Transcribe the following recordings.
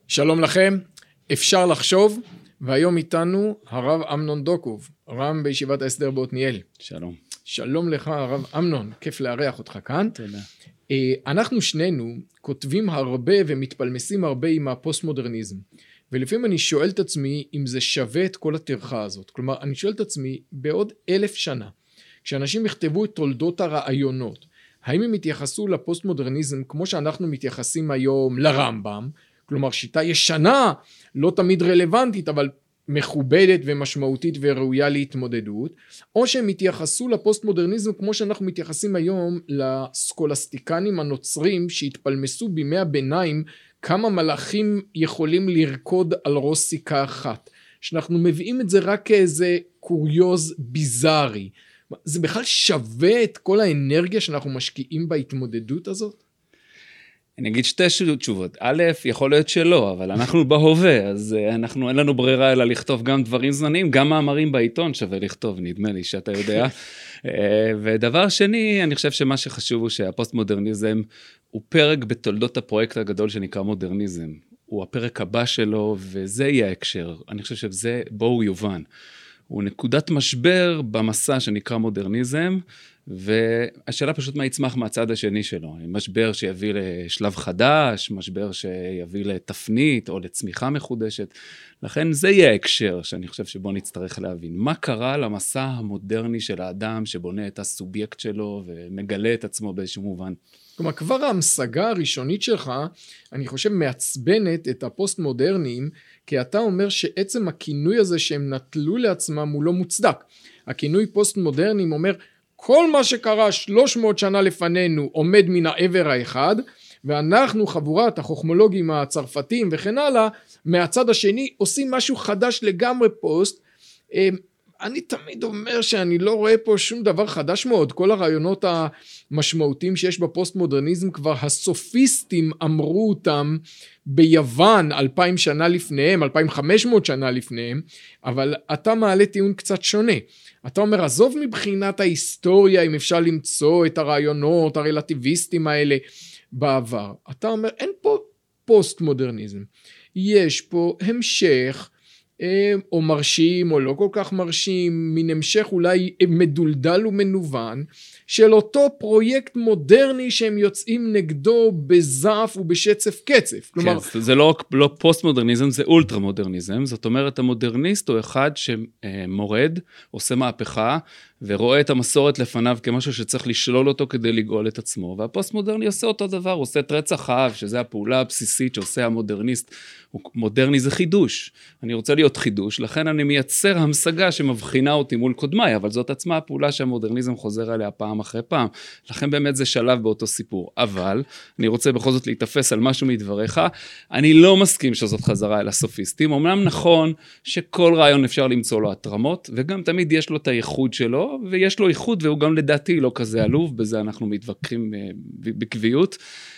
שלום לכם, אפשר לחשוב, והיום איתנו הרב אמנון דוקוב, רם בישיבת ההסדר בעתניאל. שלום. שלום לך הרב אמנון, כיף לארח אותך כאן. תודה. אנחנו שנינו כותבים הרבה ומתפלמסים הרבה עם הפוסט-מודרניזם, ולפעמים אני שואל את עצמי אם זה שווה את כל הטרחה הזאת. כלומר, אני שואל את עצמי, בעוד 1000 שנה, כשאנשים יכתבו את תולדות הרעיונות, האם הם יתייחסו לפוסט-מודרניזם כמו שאנחנו מתייחסים היום לרמב"ם, כלומר שיטה ישנה, לא תמיד רלוונטית, אבל מכובדת ומשמעותית וראויה להתמודדות, או שהם מתייחסו לפוסט-מודרניזם כמו שאנחנו מתייחסים היום לסקולסטיקנים הנוצרים שהתפלמסו בימי הביניים, כמה מלאכים יכולים לרקוד על ראש סיכה אחת, שאנחנו מביאים את זה רק כאיזה קוריוז ביזארי. זה בכלל שווה את כל האנרגיה שאנחנו משקיעים בהתמודדות הזאת? אני אגיד שתי תשובות. א', יכול להיות שלא, אבל אנחנו בהווה, אז אין לנו ברירה אלא לכתוב גם דברים זמניים, גם מאמרים בעיתון שווה לכתוב, נדמה לי שאתה יודע. ודבר שני, אני חושב שמה שחשוב הוא שהפוסט-מודרניזם הוא פרק בתולדות הפרויקט הגדול שנקרא מודרניזם. הוא הפרק הבא שלו, וזה יהיה ההקשר. אני חושב שזה בואו יובן. הוא נקודת משבר במסע שנקרא מודרניזם, והשאלה פשוט מה יצמח מהצד השני שלו. משבר שיביא לשלב חדש, משבר שיביא לתפנית או לצמיחה מחודשת. לכן זה יהיה ההקשר שאני חושב שבו נצטרך להבין. מה קרה למסע המודרני של האדם שבונה את הסובייקט שלו ומגלה את עצמו באיזשהו מובן? כלומר, כבר ההמשגה הראשונית שלך, אני חושב, מעצבנת את הפוסט-מודרניים, כי אתה אומר שעצם הכינוי הזה שהם נטלו לעצמם הוא לא מוצדק. הכינוי פוסט-מודרניים אומר, כל מה שקרה 300 שנה לפנינו עומד מן העבר האחד, ואנחנו חבורת החוכמולוגים הצרפתים וכן הלאה, מהצד השני עושים משהו חדש לגמרי פוסט. אני תמיד אומר שאני לא רואה פה שום דבר חדש מאוד. כל הרעיונות המשמעותיים שיש בפוסט מודרניזם כבר הסופיסטים אמרו אותם ביוון 2000 שנה לפניהם, 2500 שנה לפניהם, אבל אתה מעלה טיעון קצת שונה. אתה אומר, עזוב מבחינת ההיסטוריה אם אפשר למצוא את הרעיונות הרלטיביסטים האלה בעבר. אתה אומר, אין פה פוסט מודרניזם. יש פה המשך, או מרשים או לא כל כך מרשים, מן המשך אולי מדולדל ומנוון, של אותו פרויקט מודרני שהם יוצאים נגדו בזעף ובשצף קצף. כלומר, כן, זה לא פוסט מודרניזם, זה אולטרה מודרניזם. זאת אומרת, המודרניסט הוא אחד שמורד, עושה מהפכה, ורואה את המסורת לפניו כמשהו שצריך לשלול אותו כדי לגאול את עצמו. והפוסט מודרני עושה אותו דבר, הוא עושה את רצח האב, שזה הפעולה הבסיסית שעושה המודרניסט. מודרני זה חידוש. אני רוצה להיות חידוש, לכן אני מייצר המשגה שמבחינה אותי מול קודמיי, אבל זאת עצמה הפעולה שהמודרניזם חוזר עליה פעם אחרי פעם. לכן באמת זה שלב באותו סיפור. אבל אני רוצה בכל זאת להתאפס על משהו מדבריך. אני לא מסכים שזאת חזרה אל הסופיסטים. אמנם נכון שכל רעיון אפשר למצוא לו התרמות, וגם תמיד יש לו את הייחוד שלו, ויש לו ייחוד, והוא גם לדעתי לא כזה עלוב, בזה אנחנו מתווכחים בקביעות.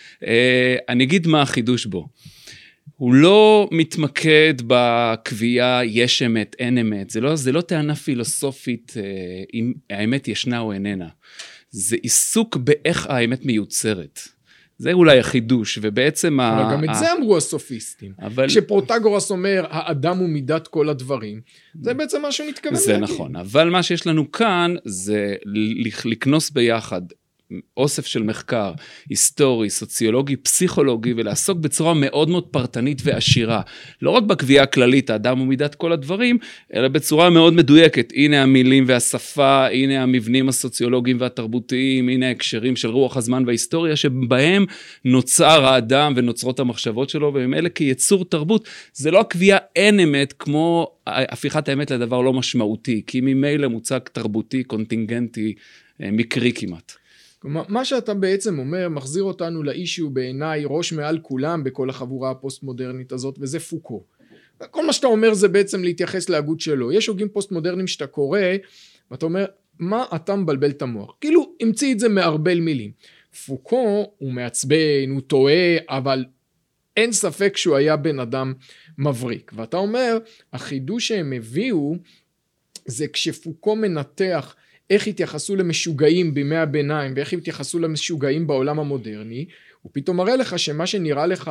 אני אגיד מה החידוש בו. הוא לא מתמקד בקביעה יש אמת, אין אמת. זה לא טענה פילוסופית אם האמת ישנה או איננה. זה עיסוק באיך האמת מיוצרת. זה אולי החידוש, ובעצם אבל גם את זה אמרו הסופיסטים. כשפרוטגורס אומר, האדם הוא מידת כל הדברים, זה בעצם מה שהוא מתכוון להגיד. זה נכון, אבל מה שיש לנו כאן, זה לקנוס ביחד, אוסף של מחקר, היסטורי, סוציולוגי, פסיכולוגי, ולעסוק בצורה מאוד מאוד פרטנית ועשירה. לא רק בקביעה הכללית, האדם הוא מידת כל הדברים, אלא בצורה מאוד מדויקת. הנה המילים והשפה, הנה המבנים הסוציולוגיים והתרבותיים, הנה ההקשרים של רוח הזמן וההיסטוריה, שבהם נוצר האדם ונוצרות המחשבות שלו, והם אלה כיצור תרבות. זה לא הקביעה אין אמת, כמו הפיכת האמת לדבר לא משמעותי, כי ממילא מוצג תרבותי, קונטינגנטי, מקרי כמעט. מה שאתה בעצם אומר מחזיר אותנו לאיש שהוא בעיניי ראש מעל כולם בכל החבורה הפוסט-מודרנית הזאת, וזה פוקו. כל מה שאתה אומר זה בעצם להתייחס להגות שלו. יש הוגים פוסט-מודרניים שאתה קורא, ואתה אומר, מה אתה מבלבל את המוח? כאילו, המציא את זה מערבל מילים. פוקו הוא מעצבן, הוא טועה, אבל אין ספק שהוא היה בן אדם מבריק. ואתה אומר, החידוש שהם הביאו, זה כשפוקו מנתח איך התייחסו למשוגעים בימי הביניים, ואיך התייחסו למשוגעים בעולם המודרני, הוא פתאום מראה לך שמה שנראה לך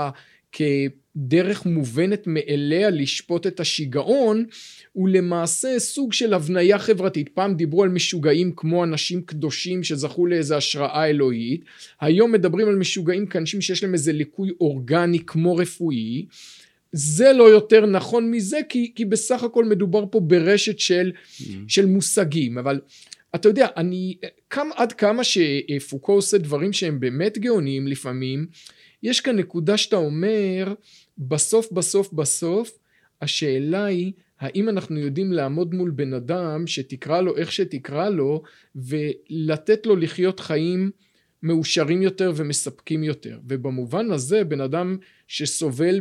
כדרך מובנת מאליה לשפוט את השיגעון, הוא למעשה סוג של הבניה חברתית. פעם דיברו על משוגעים כמו אנשים קדושים שזכו לאיזו השראה אלוהית, היום מדברים על משוגעים כאנשים שיש להם איזה ליקוי אורגני כמו רפואי. זה לא יותר נכון מזה, כי בסך הכל מדובר פה ברשת של מושגים. אבל אתה יודע, עד כמה שפוקו עושה דברים שהם באמת גאוניים לפעמים, יש כאן נקודה שאתה אומר, בסוף, השאלה היא, האם אנחנו יודעים לעמוד מול בן אדם שתקרא לו איך שתקרא לו, ולתת לו לחיות חיים מאושרים יותר ומספקים יותר. ובמובן הזה, בן אדם שסובל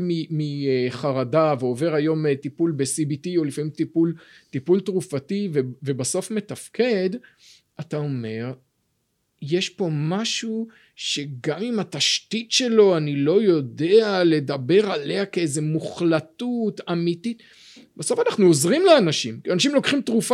מחרדה ועובר היום טיפול ב-CBT או לפעמים טיפול תרופתי ובסוף מתפקד, אתה אומר, יש פה משהו שגם אם התשתית שלו אני לא יודע לדבר עליה כאיזה מוחלטות אמיתית, בסוף אנחנו עוזרים לאנשים, אנשים לוקחים תרופה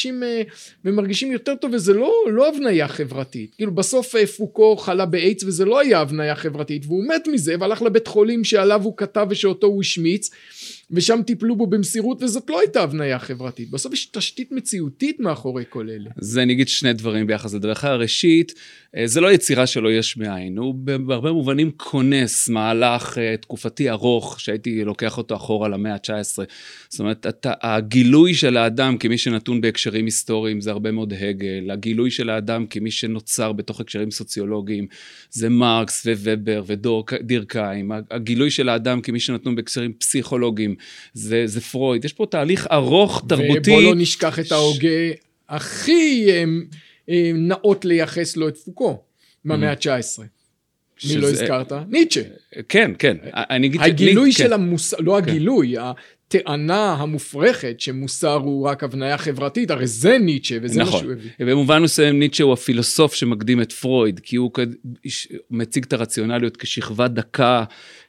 ומרגישים יותר טוב, וזה לא הבניה חברתית. כאילו בסוף פוקו חלה באיידס וזה לא היה הבניה חברתית, והוא מת מזה והלך לבית חולים שעליו הוא כתב ושאותו הוא השמיץ, ושם טיפלו בו במסירות, וזאת לא הייתה הבניה חברתית. בסוף יש תשתית מציאותית מאחורי כל אלה. זה נגיד שני דברים ביחס לדרך. הראשית, זה לא יצירה שלו יש מאין, הוא בהרבה מובנים כונס מהלך תקופתי ארוך, שהייתי לוקח אותו אחורה למאה ה-19. זאת אומרת, הגילוי של האדם כמי שנתון בהקשרים היסטוריים, זה הרבה מאוד הגל. הגילוי של האדם כמי שנוצר בתוך הקשרים סוציולוגיים, זה מרקס וובר ודורקהיים. הגילוי של האדם כמי שנתון בהקשרים פסיכולוגיים, זה פרויד. יש פה תהליך ארוך תרבותי. ובוא לא נשכח את ההוגה הכי נאות לייחס לו את פוקו, מהמאה ה-19. מי לא הזכרת? ניטשה. כן. הגילוי של המוסר, לא הגילוי, הטענה המופרכת שמוסר הוא רק הבניה חברתית, הרי זה ניטשה, וזה מה שהוא הביא. במובן מסוים ניטשה הוא הפילוסוף שמקדים את פרויד, כי הוא מציג את הרציונליות כשכבה דקה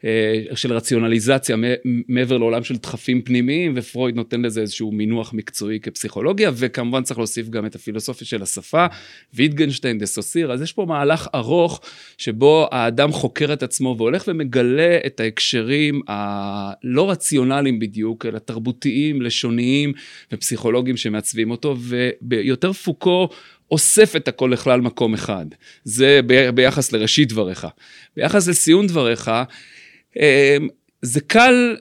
של רציונליזציה מעבר לעולם של דחפים פנימיים, ופרויד נותן לזה איזשהו מינוח מקצועי כפסיכולוגיה, וכמובן צריך להוסיף גם את הפילוסופיה של השפה, ויטגנשטיין, דה סוסיר. אז יש פה מהלך ארוך שבו האדם חוקר את עצמו והולך ומגלה את ההקשרים הלא רציונליים בדיוק, אלא תרבותיים, לשוניים ופסיכולוגיים שמעצבים אותו, וביותר פוקו אוסף את הכל לכלל מקום אחד. זה ביחס לראשית דבריך. ביחס לסיום דבריך, זה קל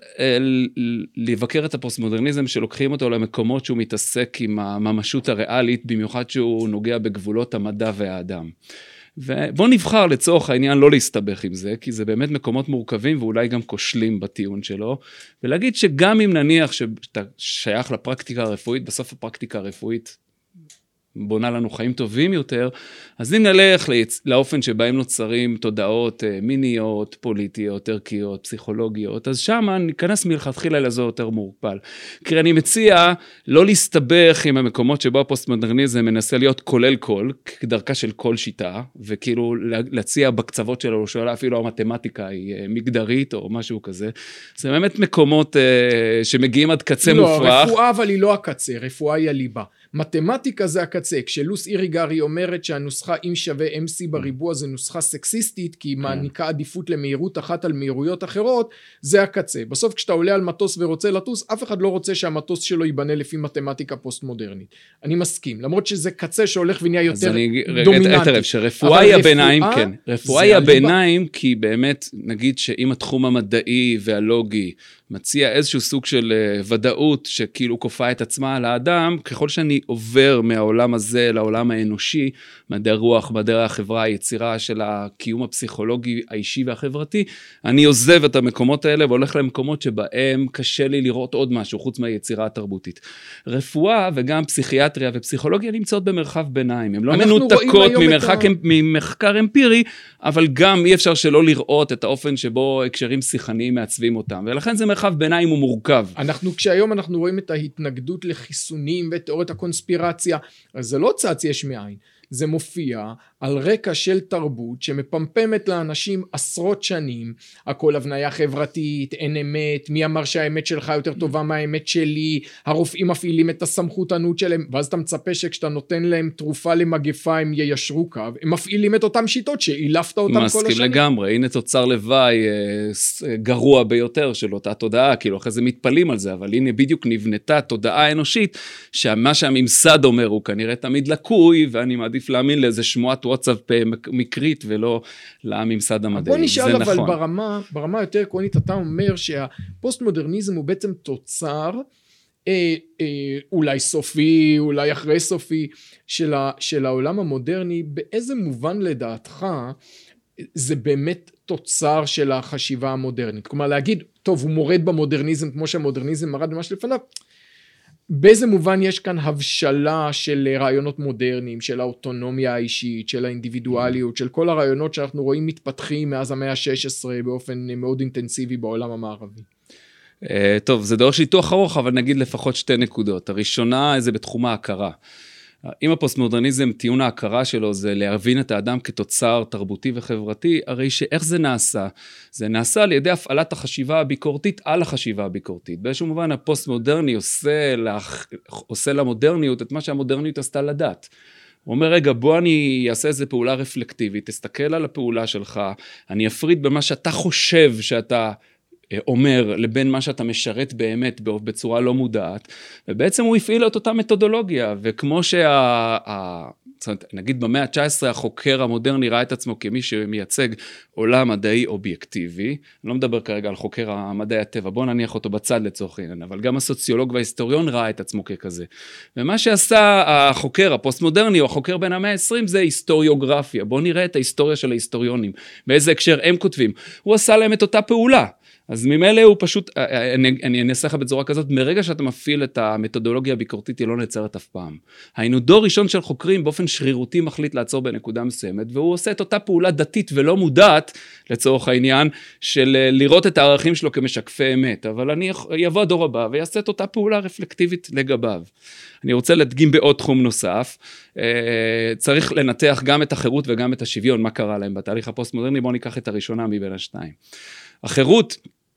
לבקר את הפוסט-מודרניזם שלוקחים אותו למקומות שהוא מתעסק עם הממשות הריאלית, במיוחד שהוא נוגע בגבולות המדע והאדם. ובוא נבחר לצורך העניין לא להסתבך עם זה, כי זה באמת מקומות מורכבים ואולי גם כושלים בטיעון שלו, ולהגיד שגם אם נניח שאתה שייך לפרקטיקה הרפואית, בסוף הפרקטיקה הרפואית בונה לנו חיים טובים יותר, אז אם נלך לאופן שבהם נוצרים תודעות מיניות, פוליטיות, ערכיות, פסיכולוגיות, אז שם ניכנס מלכתחילה לזה יותר מורפל. כי אני מציע לא להסתבך עם המקומות שבו הפוסט-מודרניזם מנסה להיות כולל כל, כדרכה של כל שיטה, וכאילו להציע בקצוות שלו, שאולי אפילו המתמטיקה היא מגדרית או משהו כזה. זה באמת מקומות שמגיעים עד קצה מופרך. לא, רפואה אבל היא לא הקצה, רפואה היא הליבה. מתמטיקה זה הקצה, כשלוס איריגרי אומרת שהנוסחה אם שווה MC בריבוע זה נוסחה סקסיסטית, כי היא מעניקה עדיפות למהירות אחת על מהירויות אחרות, זה הקצה. בסוף כשאתה עולה על מטוס ורוצה לטוס, אף אחד לא רוצה שהמטוס שלו ייבנה לפי מתמטיקה פוסט-מודרנית. אני מסכים, למרות שזה קצה שהולך ונהיה יותר דומיננטי. אז שרפואה היא הביניים, כן. רפואה היא הביניים, כי באמת, נגיד שאם התחום המדעי והלוגי מציע איזשהו סוג של ודאות שכאילו כופה את עצמה על האדם, ככל שאני עובר מהעולם הזה לעולם האנושי, מדעי רוח, מדעי החברה, היצירה של הקיום הפסיכולוגי, האישי והחברתי, אני עוזב את המקומות האלה והולך למקומות שבהם קשה לי לראות עוד משהו חוץ מהיצירה התרבותית. רפואה וגם פסיכיאטריה ופסיכולוגיה נמצאות במרחב ביניים, הן לא מנותקות ממחקר אמפירי, אבל גם אי אפשר שלא לראות את האופן שבו הקשרים שיחניים מעצבים אותם, ולכן זה מרחב ביניים ומורכב. כשהיום אנחנו רואים את ההתנגדות לחיסונים ותיאוריית הקונספירציה, אז זה לא צץ יש מאין. זה מופיע על רקע של תרבות שמפמפמת לאנשים עשרות שנים, הכל הבניה חברתית, אין אמת, מי אמר שהאמת שלך יותר טובה מהאמת שלי, הרופאים מפעילים את הסמכותנות שלהם, ואז אתה מצפה שכשאתה נותן להם תרופה למגפה הם יישרו קו, הם מפעילים את אותם שיטות שאילפת אותם כל השנים. מסכים לגמרי, הנה תוצר לוואי גרוע ביותר של אותה תודעה, כאילו אחרי זה מתפלים על זה, אבל הנה בדיוק נבנתה תודעה אנושית, שמה שהממסד אומר הוא כנראה תמיד לקוי, ואני מעדיף להאמין לאיזה שמועת וואטסאפ מקרית, ולא לממסד המדעי. בוא נשאל אבל ברמה יותר עקרונית, אתה אומר שהפוסט מודרניזם הוא בעצם תוצר, אולי סופי, אולי אחרי סופי, של העולם המודרני. באיזה מובן לדעתך זה באמת תוצר של החשיבה המודרנית? כלומר להגיד, טוב, הוא מורד במודרניזם כמו שהמודרניזם מרד ממש לפניו, באיזה מובן יש כאן הבשלה של רעיונות מודרניים, של האוטונומיה האישית, של האינדיבידואליות, של כל הרעיונות שאנחנו רואים מתפתחים מאז המאה ה-16 באופן מאוד אינטנסיבי בעולם המערבי? טוב, זה דורש ניתוח ארוך, אבל נגיד לפחות שתי נקודות. הראשונה זה בתחום ההכרה. אם הפוסט-מודרניזם, טיעון ההכרה שלו זה להבין את האדם כתוצר תרבותי וחברתי, הרי שאיך זה נעשה? זה נעשה על ידי הפעלת החשיבה הביקורתית על החשיבה הביקורתית. באיזשהו מובן הפוסט-מודרני עושה למודרניות את מה שהמודרניות עשתה לדת. הוא אומר, רגע, בוא אני אעשה איזו פעולה רפלקטיבית, תסתכל על הפעולה שלך, אני אפריד במה שאתה חושב שאתה אומר לבין מה שאתה משרת באמת בצורה לא מודעת, ובעצם הוא הפעיל את אותה מתודולוגיה, וכמו נגיד במאה ה-19 החוקר המודרני ראה את עצמו כמי שמייצג עולם מדעי אובייקטיבי, אני לא מדבר כרגע על חוקר המדעי הטבע, בוא נניח אותו בצד לצורך העניין, אבל גם הסוציולוג וההיסטוריון ראה את עצמו ככזה, ומה שעשה החוקר הפוסט-מודרני או החוקר בין המאה ה-20 זה היסטוריוגרפיה, בוא נראה את ההיסטוריה של ההיסטוריונים, באיזה הקשר הם כותבים, הוא עשה להם את אותה פעולה, אז ממילא הוא פשוט, אני אנסה לך בצורה כזאת, מרגע שאתה מפעיל את המתודולוגיה הביקורתית, היא לא נעצרת אף פעם. היינו דור ראשון של חוקרים באופן שרירותי מחליט לעצור בנקודה מסוימת, והוא עושה את אותה פעולה דתית ולא מודעת, לצורך העניין, של לראות את הערכים שלו כמשקפי אמת, אבל אני יבוא הדור הבא ויעשה את אותה פעולה רפלקטיבית לגביו. אני רוצה להדגים בעוד תחום נוסף, צריך לנתח גם את החירות וגם את השוויון, מה קרה להם בתהליך הפוסט-מודרני, בואו ניקח את הראשונה מבין השתיים. החירות,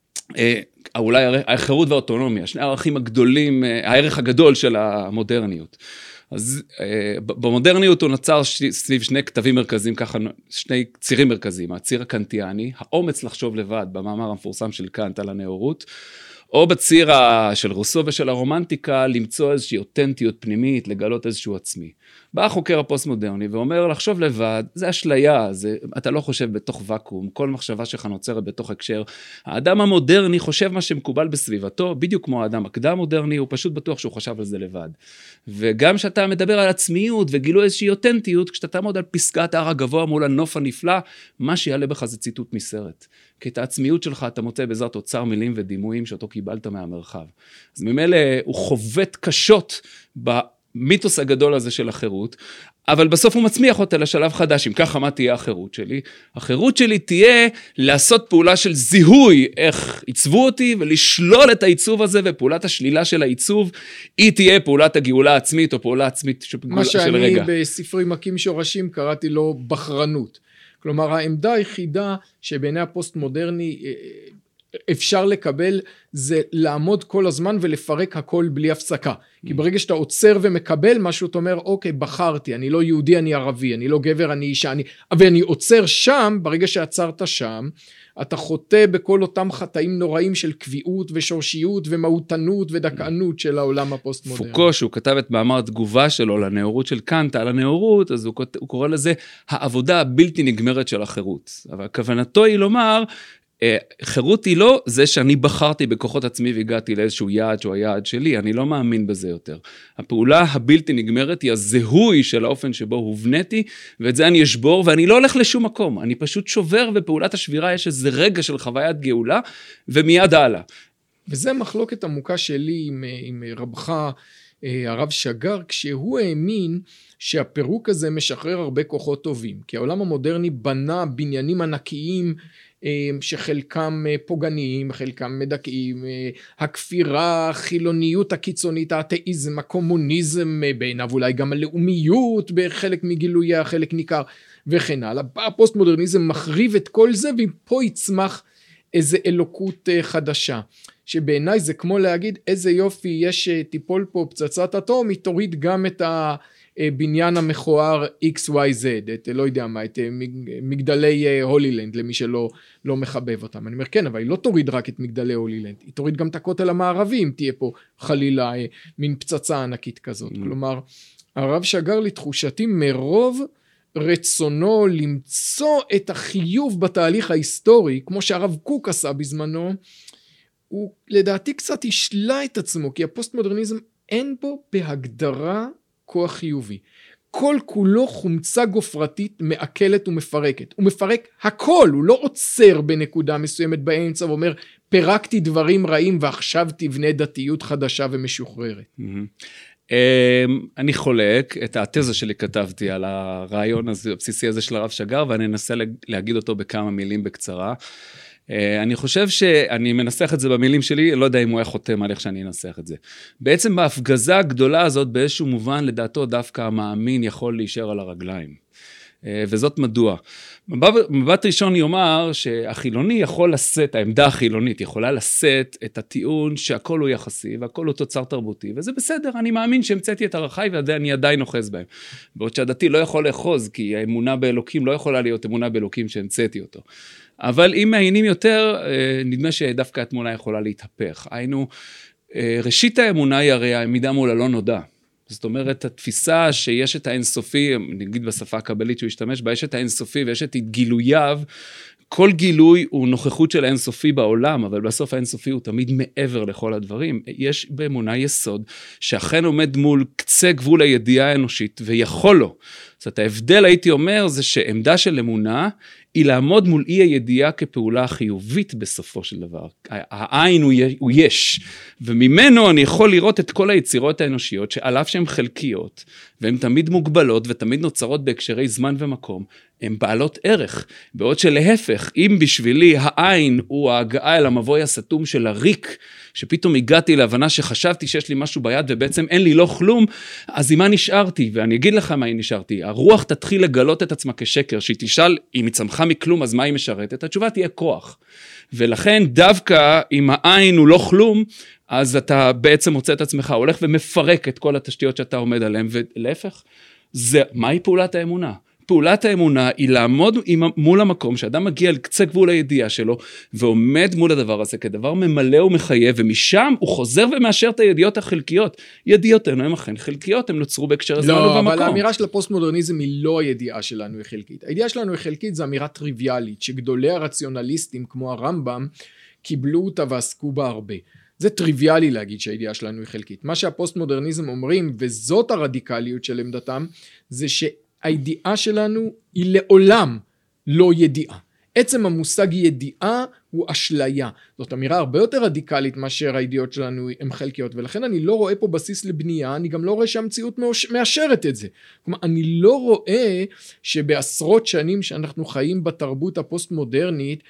אולי החירות והאוטונומיה, שני הערכים הגדולים, הערך הגדול של המודרניות. אז במודרניות הוא נוצר סביב שני כתבים מרכזיים, ככה שני צירים מרכזיים, הציר הקנטיאני, האומץ לחשוב לבד, במאמר המפורסם של קאנט על הנאורות, או בציר של רוסו ושל הרומנטיקה, למצוא איזושהי אותנטיות פנימית, לגלות איזשהו עצמי. בא החוקר הפוסט-מודרני ואומר, לחשוב לבד, זה אשליה, אתה לא חושב בתוך וקום, כל מחשבה שלך נוצרת בתוך הקשר. האדם המודרני חושב מה שמקובל בסביבתו, בדיוק כמו האדם הקדם-מודרני, הוא פשוט בטוח שהוא חשב על זה לבד. וגם שאתה מדבר על עצמיות וגילו איזושהי אותנטיות, כשאתה תעמוד על פסקת הר הגבוה מול הנוף הנפלא, מה שיעלה בך זה ציטוט מסרט. כי את העצמיות שלך אתה מוצא בעזרת אוצר מילים ודימויים שאותו קיבלת מהמרחב. אז ממילא הוא חובט קשות במיתוס הגדול הזה של החירות, אבל בסוף הוא מצמיח אותה לשלב חדש, אם ככה מה תהיה החירות שלי? החירות שלי תהיה לעשות פעולה של זיהוי, איך עיצבו אותי, ולשלול את העיצוב הזה, ופעולת השלילה של העיצוב, היא תהיה פעולת הגאולה העצמית, או פעולה עצמית של רגע. מה שאני בספרי מקים שורשים קראתי לו בחרנות. כלומר, העמדה היחידה שבעיני הפוסט-מודרני אפשר לקבל זה לעמוד כל הזמן ולפרק הכל בלי הפסקה. כי ברגע שאתה עוצר ומקבל משהו, אתה אומר, אוקיי, בחרתי, אני לא יהודי, אני ערבי, אני לא גבר, אני אישה, ואני עוצר שם, ברגע שעצרת שם, אתה חוטא בכל אותם חטאים נוראים של קביעות ושורשיות ומהותנות ודכאנות של העולם הפוסט-מודרני. פוקו, שהוא כתב את מאמר התגובה שלו לנאורות של קאנט, על הנאורות, אז הוא קורא לזה העבודה הבלתי נגמרת של החירות. אבל כוונתו היא לומר, חירות היא לא זה שאני בחרתי בכוחות עצמי והגעתי לאיזשהו יעד שהוא היעד שלי, אני לא מאמין בזה יותר. הפעולה הבלתי נגמרת היא הזיהוי של האופן שבו הובנתי, ואת זה אני אשבור, ואני לא הולך לשום מקום, אני פשוט שובר, ופעולת השבירה יש איזה רגע של חוויית גאולה, ומיד הלאה. וזה מחלוקת עמוקה שלי עם רבך, הרב שגר, כשהוא האמין שהפירוק הזה משחרר הרבה כוחות טובים, כי העולם המודרני בנה בניינים ענקיים, שחלקם פוגעניים, חלקם מדכאים, הכפירה, החילוניות הקיצונית, האתאיזם, הקומוניזם בעיניו, אולי גם הלאומיות בחלק מגילויה, חלק ניכר וכן הלאה. הפוסט-מודרניזם מחריב את כל זה, ופה יצמח איזה אלוקות חדשה, שבעיניי זה כמו להגיד איזה יופי, יש טיפול פה פצצת אטום, היא תוריד גם את הבניין המכוער XYZ, את לא יודע מה, את מגדלי הולילנד, למי שלא מחבב אותם. אני אומר כן, אבל היא לא תוריד רק את מגדלי הולילנד, היא תוריד גם את הכותל המערבי, אם תהיה פה חלילה מין פצצה ענקית כזאת. כלומר, הרב שגר לתחושתי מרוב רצונו למצוא את החיוב בתהליך ההיסטורי, כמו שהרב קוק עשה בזמנו, הוא לדעתי קצת השלה את עצמו, כי הפוסט-מודרניזם אין בו בהגדרה כוח חיובי. כל כולו חומצה גופרתית מעכלת ומפרקת. הוא מפרק הכל, הוא לא עוצר בנקודה מסוימת באמצע, ואומר, פירקתי דברים רעים ועכשיו תבנה דתיות חדשה ומשוחררת. אני חולק, את התזה שלי כתבתי על הרעיון הבסיסי הזה של הרב שגר, ואני אנסה להגיד אותו בכמה מילים בקצרה. אני חושב שאני מנסח את זה במילים שלי, לא יודע אם הוא היה חותם על איך שאני אנסח את זה. בעצם בהפגזה הגדולה הזאת, באיזשהו מובן, לדעתו דווקא המאמין יכול להישאר על הרגליים. וזאת מדוע. מבט ראשון יאמר שהחילוני יכול לשאת, העמדה החילונית יכולה לשאת את הטיעון שהכל הוא יחסי והכל הוא תוצר תרבותי, וזה בסדר, אני מאמין שהמצאתי את ערכיי ואני עדיין אוחז בהם. בעוד שהדתי לא יכול לאחוז, כי האמונה באלוקים לא יכולה להיות אמונה באלוקים שהמצאתי אותו. אבל אם מעיינים יותר, נדמה שדווקא התמונה יכולה להתהפך. היינו, ראשית האמונה היא הרי העמידה מול הלא נודע. זאת אומרת, התפיסה שיש את האינסופי, נגיד בשפה הקבלית שהוא השתמש בה, יש את האינסופי ויש את גילוייו, כל גילוי הוא נוכחות של האינסופי בעולם, אבל בסוף האינסופי הוא תמיד מעבר לכל הדברים. יש באמונה יסוד שאכן עומד מול קצה גבול הידיעה האנושית, ויכול לו. זאת אומרת, ההבדל הייתי אומר זה שעמדה של אמונה, היא לעמוד מול אי הידיעה כפעולה חיובית בסופו של דבר. העין הוא יש, וממנו אני יכול לראות את כל היצירות האנושיות, שעל אף שהן חלקיות, והן תמיד מוגבלות, ותמיד נוצרות בהקשרי זמן ומקום, הן בעלות ערך. בעוד שלהפך, אם בשבילי העין הוא ההגעה אל המבוי הסתום של הריק, שפתאום הגעתי להבנה שחשבתי שיש לי משהו ביד, ובעצם אין לי לא כלום, אז עם מה נשארתי? ואני אגיד לך מה היא נשארתי. הרוח תתחיל לגלות את עצמה כשקר, שהיא תשאל, אם היא צמחה מכלום, אז מה היא משרתת? התשובה תהיה כוח. ולכן דווקא אם העין הוא לא כלום, אז אתה בעצם מוצא את עצמך, הולך ומפרק את כל התשתיות שאתה עומד עליהן, ולהפך, מהי פעולת האמונה? פעולת האמונה היא לעמוד מול המקום שאדם מגיע על קצה גבול הידיעה שלו, ועומד מול הדבר הזה כדבר ממלא ומחייב, ומשם הוא חוזר ומאשר את הידיעות החלקיות. ידיעותינו הם אכן חלקיות, הם נוצרו בהקשר הזמן ובמקום. לא, אבל האמירה של הפוסט-מודרניזם היא לא הידיעה שלנו היא חלקית. הידיעה שלנו היא חלקית, זו אמירה טריוויאלית, שגדולי הרציונליסטים כמו הרמב"ם, קיבלו אותה ועסקו בה הרבה. זה טריוויאלי להגיד שהידיעה שלנו היא חלקית. מה שהפוסט-מודרניזם אומרים, וזאת הרדיקליות של עמדתם, זה הידיעה שלנו היא לעולם לא ידיעה. עצם המושג ידיעה הוא אשליה. זאת אמירה הרבה יותר רדיקלית מאשר הידיעות שלנו הן חלקיות, ולכן אני לא רואה פה בסיס לבנייה, אני גם לא רואה שהמציאות מאשרת את זה. כלומר, אני לא רואה שבעשרות שנים שאנחנו חיים בתרבות הפוסט-מודרנית,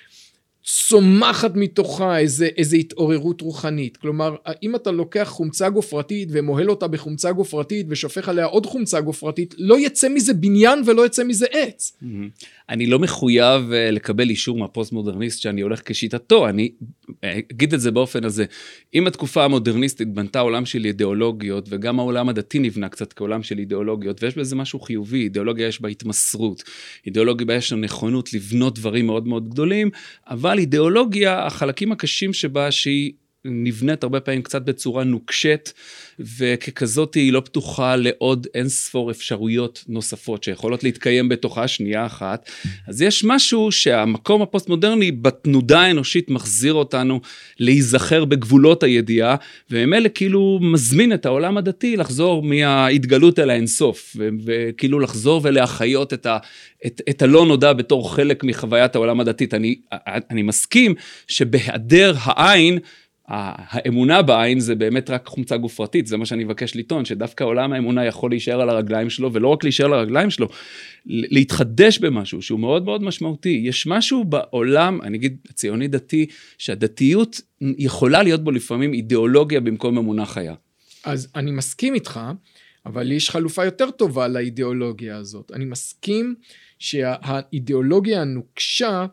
צומחת מתוכה איזה התעוררות רוחנית. כלומר, אם אתה לוקח חומצה גופרתית ומוהל אותה בחומצה גופרתית ושופך עליה עוד חומצה גופרתית, לא יצא מזה בניין ולא יצא מזה עץ. אני לא מחויב לקבל אישור מהפוסט-מודרניסט שאני הולך כשיטתו, אני אגיד את זה באופן הזה. אם התקופה המודרניסטית בנתה עולם של אידיאולוגיות, וגם העולם הדתי נבנה קצת כעולם של אידיאולוגיות, ויש בזה משהו חיובי, אידיאולוגיה יש בה התמסרות, אידיאולוגיה יש לה נכונות לבנות דברים מאוד מאוד גדולים, אבל אידיאולוגיה, החלקים הקשים שבה שהיא נבנית הרבה פעמים קצת בצורה נוקשת, וככזאת היא לא פתוחה לעוד אין ספור אפשרויות נוספות, שיכולות להתקיים בתוכה שנייה אחת. אז יש משהו שהמקום הפוסט-מודרני בתנודה האנושית מחזיר אותנו להיזכר בגבולות הידיעה, וממילא כאילו מזמין את העולם הדתי לחזור מההתגלות אל האינסוף, וכאילו לחזור ולהחיות את הלא נודע בתור חלק מחוויית העולם הדתית. אני מסכים שבהיעדר העין, האמונה בעין זה באמת רק חומצה גופרתית, זה מה שאני מבקש לטעון, שדווקא עולם האמונה יכול להישאר על הרגליים שלו, ולא רק להישאר על הרגליים שלו, להתחדש במשהו שהוא מאוד מאוד משמעותי. יש משהו בעולם, אני אגיד הציוני דתי, שהדתיות יכולה להיות בו לפעמים אידיאולוגיה במקום אמונה חיה. אז אני מסכים איתך, אבל יש חלופה יותר טובה לאידיאולוגיה הזאת. אני מסכים שהאידיאולוגיה הנוקשה,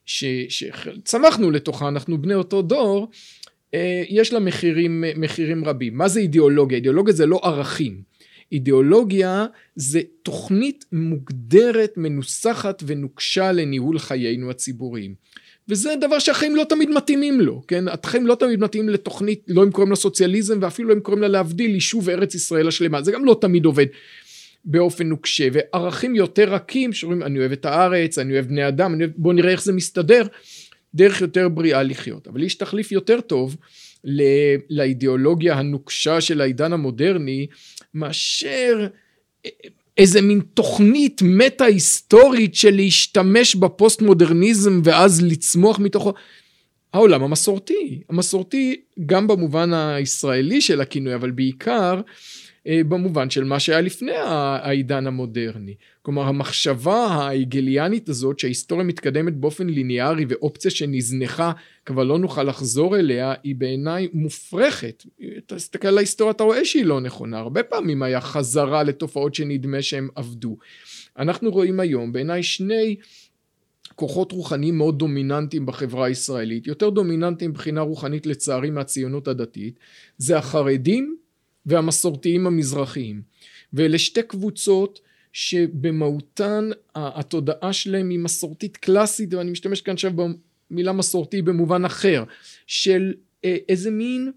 שצמחנו לתוכה, אנחנו בני אותו דור, יש לה מחירים רבים. מה זה אידיאולוגיה? אידיאולוגיה זה לא ערכים. אידיאולוגיה זה תוכנית מוגדרת, מנוסחת ונוקשה לניהול חיינו הציבוריים. וזה דבר שהחיים לא תמיד מתאימים לו, כן? החיים לא תמיד מתאימים לתוכנית, לא הם קוראים לה סוציאליזם, ואפילו הם קוראים לה להבדיל יישוב ארץ ישראל השלמה. זה גם לא תמיד עובד באופן נוקשה, וערכים יותר רכים, שאומרים, אני אוהב את הארץ, אני אוהב בני אדם, בוא נראה איך זה מסתדר, דרך יותר בריאה לחיות. אבל יש תחליף יותר טוב לאידיאולוגיה הנוקשה של העידן המודרני, מאשר איזה מין תוכנית מטה-היסטורית של להשתמש בפוסט-מודרניזם ואז לצמוח מתוכו. העולם המסורתי גם במובן הישראלי של הכינוי, אבל בעיקר במובן של מה שהיה לפני העידן המודרני. כלומר, המחשבה ההגליאנית הזאת שההיסטוריה מתקדמת באופן ליניארי ואופציה שנזנחה כבר לא נוכל לחזור אליה, היא בעיניי מופרכת. אתה מסתכל על ההיסטוריה, אתה רואה שהיא לא נכונה. הרבה פעמים היה חזרה לתופעות שנדמה שהם עבדו. אנחנו רואים היום בעיניי שני כוחות רוחניים מאוד דומיננטיים בחברה הישראלית, יותר דומיננטיים מבחינה רוחנית לצערי מהציונות הדתית, זה החרדים והמסורתיים המזרחיים. ואלה שתי קבוצות שבמהותן התודעה שלהם היא מסורתית קלאסית, ואני משתמש כאן עכשיו במילה מסורתי במובן אחר, של איזה מין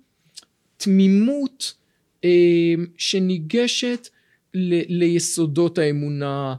תמימות שניגשת ליסודות האמונה,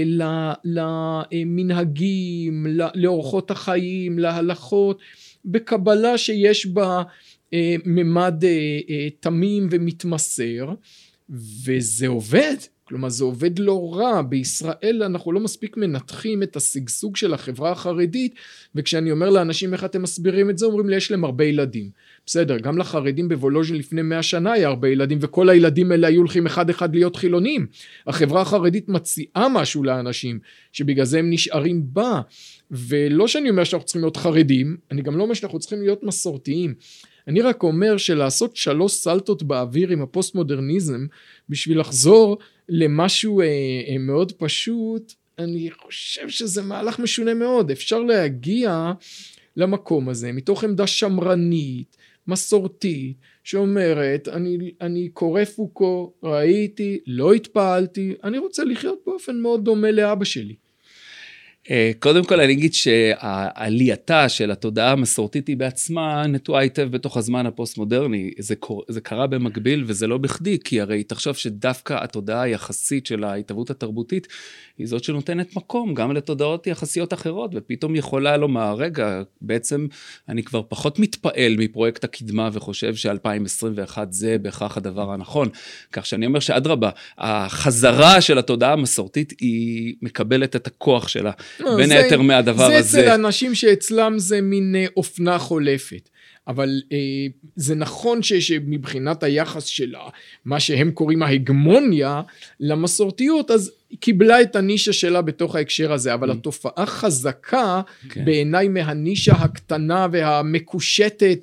למנהגים, לאורחות החיים, להלכות, בקבלה שיש בה ממד תמים ומתמסר, וזה עובד. כלומר, זה עובד לא רע. בישראל אנחנו לא מספיק מנתחים את הסגסוג של החברה החרדית, וכשאני אומר לאנשים איך אתם מסבירים את זה, אומרים לי, יש להם הרבה ילדים. בסדר, גם לחרדים בוולוז'ין לפני 100 שנה היה הרבה ילדים, וכל הילדים האלה היו הולכים אחד אחד להיות חילונים. החברה החרדית מציעה משהו לאנשים, שבגלל זה הם נשארים בה. ולא שאני אומר שאנחנו צריכים להיות חרדים, אני גם לא אומר שאנחנו צריכים להיות מסורתיים. אני רק אומר שלעשות 3 סלטות באוויר עם הפוסט-מודרניזם, בשביל לחזור למשהו מאוד פשוט, אני חושב שזה מהלך משונה מאוד. אפשר להגיע למקום הזה, מתוך עמדה שמרנית, מסורתית, שאומרת, אני קורא פוקו, ראיתי, לא התפעלתי, אני רוצה לחיות באופן מאוד דומה לאבא שלי. קודם כל אני אגיד שהעלייתה של התודעה המסורתית היא בעצמה נטועה היטב בתוך הזמן הפוסט-מודרני. זה קרה במקביל וזה לא בכדי, כי הרי תחשוב שדווקא התודעה היחסית של ההתהוות התרבותית היא זאת שנותנת מקום גם לתודעות יחסיות אחרות, ופתאום יכולה לומר, רגע, בעצם אני כבר פחות מתפעל מפרויקט הקדמה וחושב ש-2021 זה בהכרח הדבר הנכון. כך שאני אומר שאדרבה, החזרה של התודעה המסורתית היא מקבלת את הכוח שלה. בין היתר מהדבר הזה. זה אצל אנשים שאצלם זה מין אופנה חולפת. אבל זה נכון שמבחינת היחס של מה שהם קוראים ההגמוניה למסורתיות, אז היא קיבלה את הנישה שלה בתוך ההקשר הזה, אבל התופעה חזקה בעיניי מהנישה הקטנה והמקושטת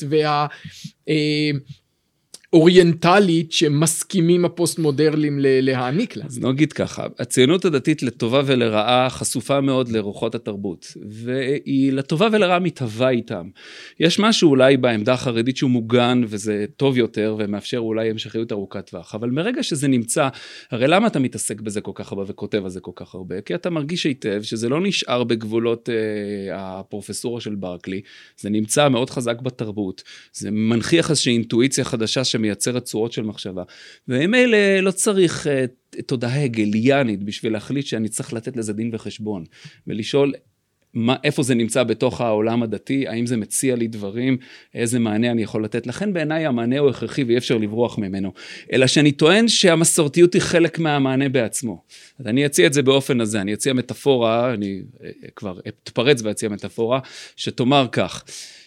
אוריינטלית שמסכימים הפוסט-מודרלים להעניק לה. אז נגיד ככה, הציונות הדתית לטובה ולרעה חשופה מאוד לרוחות התרבות, והיא לטובה ולרעה מתהווה איתם. יש משהו אולי בעמדה החרדית שהוא מוגן, וזה טוב יותר, ומאפשר אולי המשכיות ארוכת טווח, אבל מרגע שזה נמצא, הרי למה אתה מתעסק בזה כל כך הרבה וכותב על זה כל כך הרבה? כי אתה מרגיש היטב שזה לא נשאר בגבולות הפרופסורה של ברקלי, זה נמצא מאוד חזק בתרבות, זה מנכיח איזושהי אינטואיציה חדשה שמייצרת צורות של מחשבה, והם אלה לא צריך תודעה הגליאנית בשביל להחליט שאני צריך לתת לזה דין וחשבון, ולשאול איפה זה נמצא בתוך העולם הדתי, האם זה מציע לי דברים, איזה מענה אני יכול לתת. לכן בעיניי המענה הוא הכרחי ואי אפשר לברוח ממנו, אלא שאני טוען שהמסורתיות היא חלק מהמענה בעצמו. אז אני אציע את זה באופן הזה, אני אציע מטאפורה, אני כבר אתפרץ ואציע מטאפורה, שתאמר כך,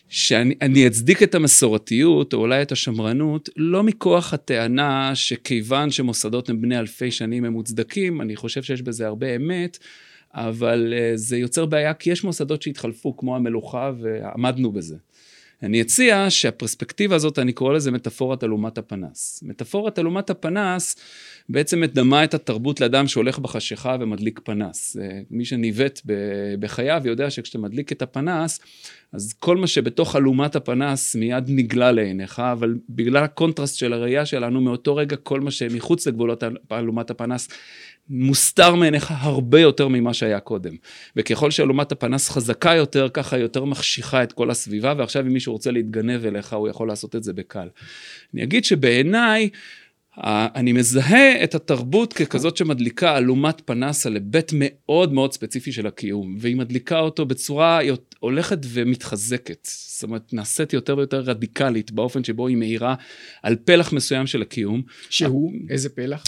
שאני אצדיק את המסורתיות, או אולי את השמרנות, לא מכוח הטענה שכיוון שמוסדות הם בני אלפי שנים הם מוצדקים, אני חושב שיש בזה הרבה אמת, אבל זה יוצר בעיה, כי יש מוסדות שהתחלפו כמו המלוכה, ועמדנו בזה. אני אציע שהפרספקטיבה הזאת, אני קורא לזה מטאפורת אלומת הפנס. מטאפורת אלומת הפנס בעצם מדמה את התרבות לאדם שהולך בחשיכה ומדליק פנס. מי שניווט בחייו יודע שכשאתה מדליק את הפנס, אז כל מה שבתוך אלומת הפנס מיד נגלה לעיניך, אבל בגלל הקונטרסט של הראייה שלנו, מאותו רגע כל מה שמחוץ לגבולות אלומת הפנס, מוסתר מעיניך הרבה יותר ממה שהיה קודם. וככל שאלומת הפנס חזקה יותר, ככה יותר מחשיכה את כל הסביבה, ועכשיו אם מישהו רוצה להתגנב אליך, הוא יכול לעשות את זה בקל. אני אגיד שבעיניי, אני מזהה את התרבות ככזאת שמדליקה אלומת פנס על היבט מאוד מאוד ספציפי של הקיום, והיא מדליקה אותו בצורה הולכת ומתחזקת, זאת אומרת נעשית יותר ויותר רדיקלית, באופן שבו היא מאירה על פלח מסוים של הקיום. שהוא? איזה פלח?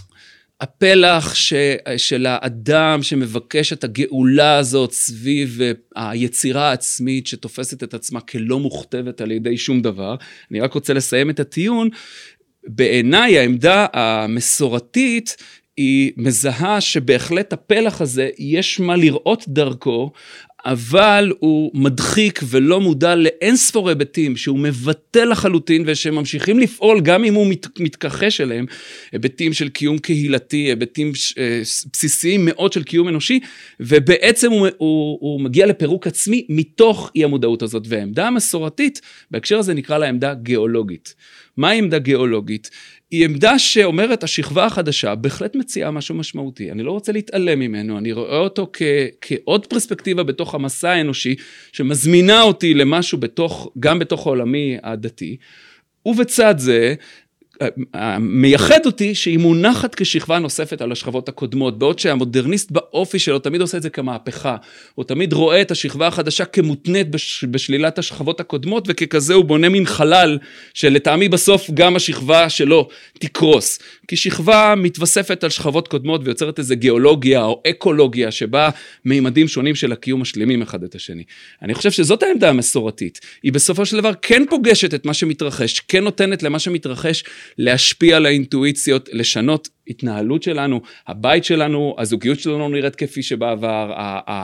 הפלח של האדם שמבקש את הגאולה הזאת סביב היצירה העצמית שתופסת את עצמה כלא מוכתבת על ידי שום דבר. אני רק רוצה לסיים את הטיעון. בעיניי העמדה המסורתית היא מזהה שבהחלט הפלח הזה יש מה לראות דרכו, אבל הוא מדחיק ולא מודע לאין ספור היבטים שהוא מבטל לחלוטין ושממשיכים לפעול גם אם הוא מתכחש אליהם, היבטים של קיום קהילתי, היבטים בסיסיים מאוד של קיום אנושי, ובעצם הוא מגיע לפירוק עצמי מתוך אי המודעות הזאת, והעמדה המסורתית בהקשר הזה נקרא לה עמדה גיאולוגית. מה העמדה גיאולוגית? היא עמדה שאומרת, השכבה החדשה בהחלט מציעה משהו משמעותי, אני לא רוצה להתעלם ממנו, אני רואה אותו כעוד פרספקטיבה בתוך המסע האנושי, שמזמינה אותי למשהו גם בתוך העולמי הדתי, ובצד זה, מייחד אותי שהיא מונחת כשכבה נוספת על השכבות הקודמות, בעוד שהמודרניסט באופי שלו תמיד עושה את זה כמהפכה, הוא תמיד רואה את השכבה החדשה כמותנית בשלילת השכבות הקודמות, וככזה הוא בונה מין חלל, שלטעמי בסוף גם השכבה שלו תקרוס, כי שכבה מתווספת על שכבות קודמות, ויוצרת איזו גיאולוגיה או אקולוגיה, שבה מימדים שונים של הקיום משלימים אחד את השני. אני חושב שזאת העמדה המסורתית, היא בסופו של דבר כן פוגשת את מה שמתרחש, כן נותנת למה שמתרחש, להשפיע על האינטואיציות, לשנות התנהלות שלנו, הבית שלנו, הזוגיות שלנו נראית כפי שבעבר,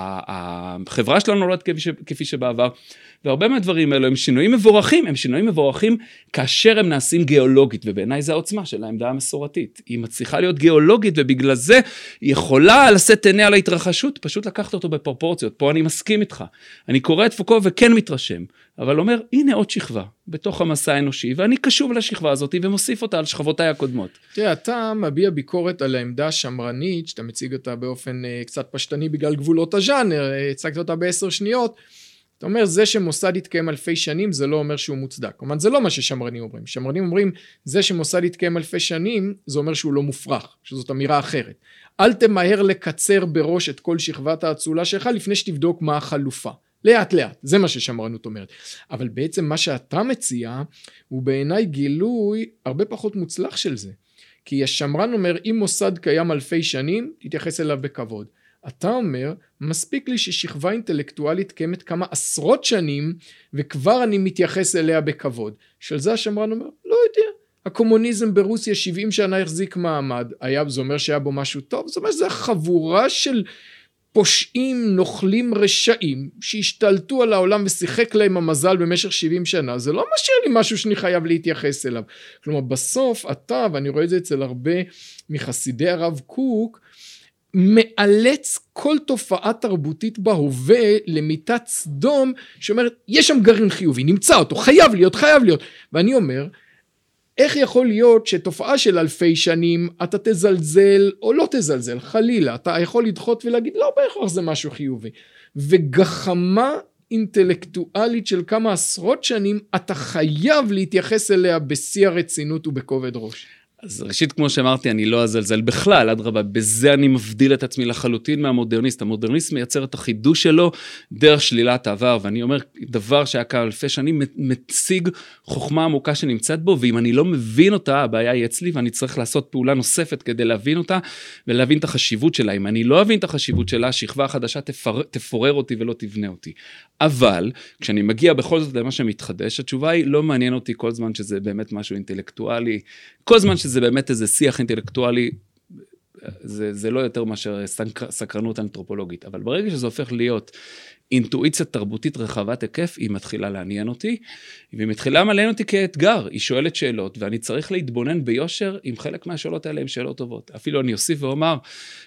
החברה שלנו נראית כפי שבעבר, והרבה מהדברים האלו הם שינויים מבורכים, כאשר הם נעשים גיאולוגית, ובעיניי זה העוצמה של העמדה המסורתית, היא מצליחה להיות גיאולוגית, ובגלל זה היא יכולה לשאת עיניה להתרחשות, פשוט לקחת אותו בפרופורציות, פה אני מסכים איתך, אני קורא את פוקו וכן מתרשם, אבל אומר, הנה עוד שכבה, בתוך המסע האנושי, ואני קשוב לשכבה הזאת, ומוסיף אותה על שכבותיי הקודמות. תראה, אתה מביע ביקורת על העמדה השמרנית, שאתה מציג אותה באופן קצת פשטני, בגלל גבולות הז'אנר, הצגת אותה ב10 שניות, אתה אומר, זה שמוסד יתקיים אלפי שנים, זה לא אומר שהוא מוצדק. כלומר, זה לא מה ששמרנים אומרים. שמרנים אומרים, זה שמוסד יתקיים אלפי שנים, זה אומר שהוא לא מופרך, שזאת אמירה אחרת. אל תמהר לקצר בראש את כל שכבת האצולה שלך, לפני שתבדוק מה החלופה. לאט לאט, זה מה ששמרנות אומרת. אבל בעצם מה שאתה מציע, הוא בעיניי גילוי הרבה פחות מוצלח של זה. כי השמרן אומר, אם מוסד קיים אלפי שנים, תתייחס אליו בכבוד. אתה אומר, מספיק לי ששכבה אינטלקטואלית קיימת כמה עשרות שנים, וכבר אני מתייחס אליה בכבוד. של זה השמרן אומר, לא יודע. הקומוניזם ברוסיה 70 שנה החזיק מעמד. זה אומר שהיה בו משהו טוב? זאת אומרת, זה חבורה של פושעים, נוכלים, רשעים, שהשתלטו על העולם ושיחק להם המזל במשך 70 שנה. זה לא משאיר לי משהו שאני חייב להתייחס אליו. כלומר, בסוף אתה, ואני רואה את זה אצל הרבה מחסידי הרב קוק, מאלץ כל תופעה תרבותית בהווה למיטת סדום, שאומרת, יש שם גרעין חיובי, נמצא אותו, חייב להיות. ואני אומר, איך יכול להיות שתופעה של אלפי שנים, אתה תזלזל או לא תזלזל, חלילה, אתה יכול לדחות ולהגיד, לא בהכרח זה משהו חיובי. וגחמה אינטלקטואלית של כמה עשרות שנים, אתה חייב להתייחס אליה בשיא הרצינות ובכובד ראש. אז ראשית, כמו שאמרתי, אני לא אזלזל בכלל, אדרבה, בזה אני מבדיל את עצמי לחלוטין מהמודרניסט. המודרניסט מייצר את החידוש שלו דרך שלילת העבר, ואני אומר, דבר שהיה כמה אלפי שנים, מציג חוכמה עמוקה שנמצאת בו, ואם אני לא מבין אותה, הבעיה היא אצלי, ואני צריך לעשות פעולה נוספת כדי להבין אותה, ולהבין את החשיבות שלה. אם אני לא אבין את החשיבות שלה, השכבה החדשה תפורר אותי ולא תבנה אותי. אבל, כשאני מגיע בכל זאת למה שמתחדש, התשובה היא לא מעניין אותי כל זמן שזה באמת משהו אינטלקטואלי, כל זמן שזה באמת איזה שיח אינטלקטואלי, זה לא יותר מאשר סקרנות אנתרופולוגית, אבל ברגע שזה הופך להיות אינטואיציה תרבותית רחבת היקף, היא מתחילה לעניין אותי, והיא מתחילה לעניין אותי כאתגר, היא שואלת שאלות, ואני צריך להתבונן ביושר, אם חלק מהשאלות האלה הן שאלות טובות. אפילו אני אוסיף ואומר,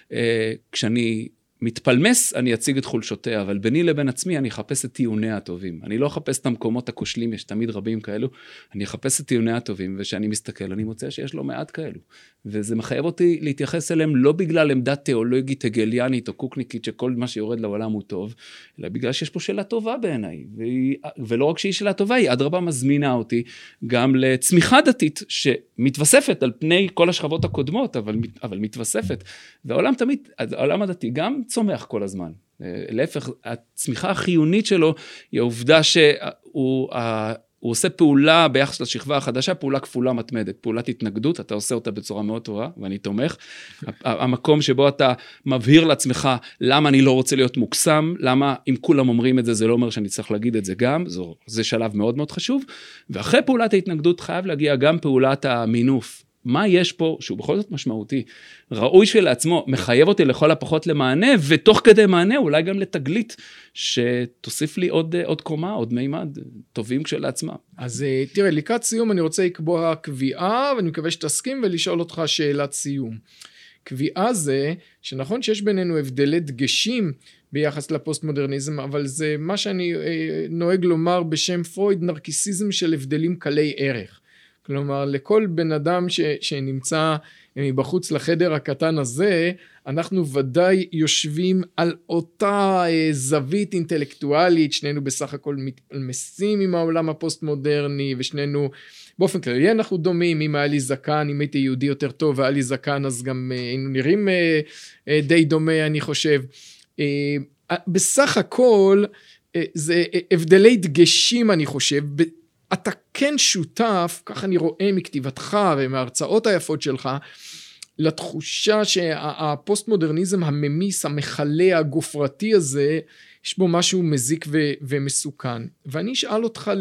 כשאני מתפלמס, אני אציג את חולשותיה, אבל ביני לבין עצמי, אני אחפש את טיעוניה הטובים. אני לא אחפש את המקומות הכושלים, יש תמיד רבים כאלו, אני אחפש את טיעוניה הטובים, ושאני מסתכל, אני מוצא שיש לו מעט כאלו. וזה מחייב אותי להתייחס אליהם, לא בגלל עמדה תיאולוגית, הגליאנית או קוקניקית, שכל מה שיורד לעולם הוא טוב, אלא בגלל שיש פה שאלה טובה בעיניי. ולא רק שהיא שאלה טובה, היא אדרבה מזמינה אותי גם לצמיחה דתית, שמתווספת על פני כל השכבות הקודמות, אבל מתווספת. והעולם תמיד, העולם הדתי גם צומח כל הזמן. להפך, הצמיחה החיונית שלו היא העובדה שהוא עושה פעולה ביחס לשכבה החדשה, פעולה כפולה מתמדת, פעולת התנגדות, אתה עושה אותה בצורה מאוד טובה, ואני תומך. המקום שבו אתה מבהיר לעצמך, למה אני לא רוצה להיות מוקסם, למה אם כולם אומרים את זה, זה לא אומר שאני צריך להגיד את זה גם, זה שלב מאוד מאוד חשוב, ואחרי פעולת ההתנגדות חייב להגיע גם פעולת המינוף. מה יש פה, שהוא בכל זאת משמעותי, ראוי שלעצמו, מחייב אותי לכל הפחות למענה, ותוך כדי מענה אולי גם לתגלית, שתוסיף לי עוד קומה, עוד מימד, טובים כשלעצמה. אז תראה, לקראת סיום אני רוצה לקבוע קביעה, ואני מקווה שתסכים ולשאול אותך שאלת סיום. קביעה זה, שנכון שיש בינינו הבדלי דגשים, ביחס לפוסט-מודרניזם, אבל זה מה שאני נוהג לומר בשם פרויד, נרקיסיזם של הבדלים קלי ערך. כלומר, לכל בן אדם שנמצא בחוץ לחדר הקטן הזה, אנחנו ודאי יושבים על אותה זווית אינטלקטואלית, שנינו בסך הכל מתפלמסים עם העולם הפוסט-מודרני, ושנינו באופן כללי אנחנו דומים, אם היה לי זקן, אם הייתי יהודי יותר טוב, והיה לי זקן, אז גם היינו נראים די דומה, אני חושב. בסך הכל, זה הבדלי דגשים, אני חושב, אתה כן שותף, כך אני רואה מכתיבתך ומההרצאות היפות שלך, לתחושה שהפוסט-מודרניזם הממיס, המחלה, הגופרתי הזה, יש בו משהו מזיק ומסוכן. ואני אשאל אותך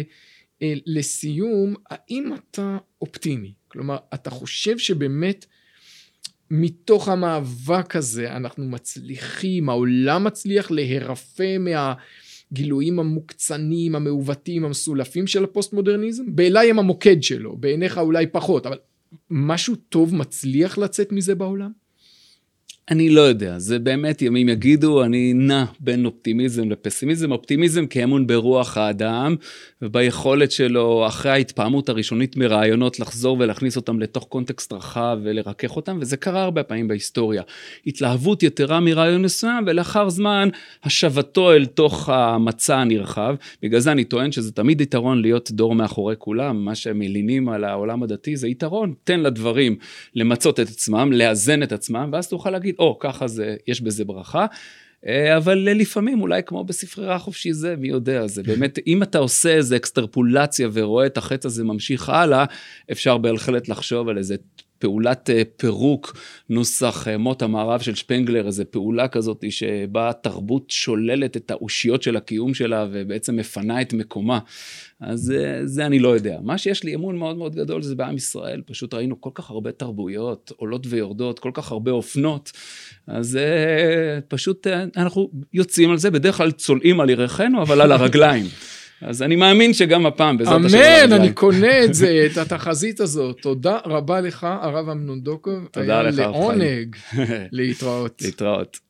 לסיום, האם אתה אופטימי? כלומר, אתה חושב שבאמת מתוך המאבק הזה אנחנו מצליחים, העולם מצליח להירפא גילויים המוקצנים, המעוותים, המסולפים של הפוסט-מודרניזם, באליי הם המוקד שלו, בעיניך אולי פחות, אבל משהו טוב מצליח לצאת מזה בעולם? אני לא יודע, זה באמת ימים יגידו, אני נע בין אופטימיזם לפסימיזם, אופטימיזם כאמון ברוח האדם, וביכולת שלו אחרי ההתפעמות הראשונית מרעיונות לחזור ולהכניס אותם לתוך קונטקסט רחב ולרכך אותם, וזה קרה הרבה פעמים בהיסטוריה. התלהבות יתרה מרעיון מסוים, ולאחר זמן השבתו אל תוך המצע הנרחב, בגלל זה אני טוען שזה תמיד יתרון להיות דור מאחורי כולם, מה שהם מלינים על העולם הדתי זה יתרון, תן לדברים למצות את עצמם, לאזן את עצמם, ואז תוכל להגיד, ככה זה, יש בזה ברכה, אבל לפעמים אולי כמו בספרייה חופשי זה, מי יודע, זה באמת, אם אתה עושה איזה אקסטרפולציה ורואה את החץ הזה ממשיך הלאה, אפשר בהחלט לחשוב על איזה פעולת פירוק, נוסח מות המערב של שפנגלר, איזו פעולה כזאת שבה התרבות שוללת את האושיות של הקיום שלה, ובעצם מפנה את מקומה. אז זה אני לא יודע. מה שיש לי אמון מאוד מאוד גדול, זה בעם ישראל. פשוט ראינו כל כך הרבה תרבויות, עולות ויורדות, כל כך הרבה אופנות. אז פשוט אנחנו יוצאים על זה, בדרך כלל צולעים על ירחנו, אבל על הרגליים. אז אני מאמין שגם הפעם, בעזרת השם. אמן, אני קונה את זה, את התחזית הזאת. תודה רבה לך, הרב אמנון דוקוב. תודה לך. היה לעונג להתראות. להתראות.